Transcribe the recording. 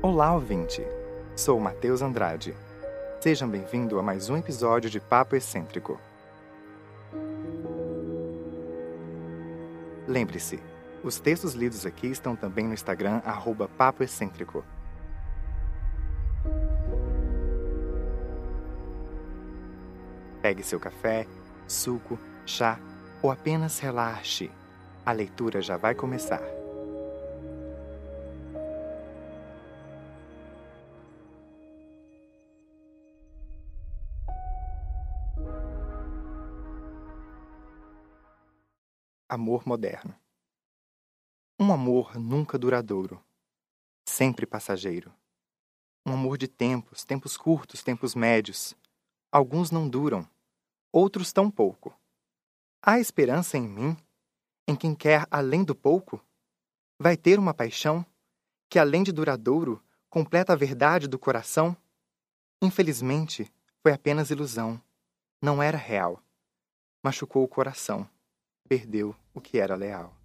Olá, ouvinte! Sou Matheus Andrade. Sejam bem-vindos a mais um episódio de Papo Excêntrico. Lembre-se, os textos lidos aqui estão também no Instagram, @papoexcêntrico. Pegue seu café, suco, chá ou apenas relaxe. A leitura já vai começar. Amor moderno. Um amor nunca duradouro, sempre passageiro. Um amor de tempos curtos, tempos médios. Alguns não duram, outros tão pouco. Há esperança em mim, em quem quer além do pouco? Vai ter uma paixão que, além de duradouro, completa a verdade do coração? Infelizmente, foi apenas ilusão. Não era real. Machucou o coração. Perdeu o que era leal.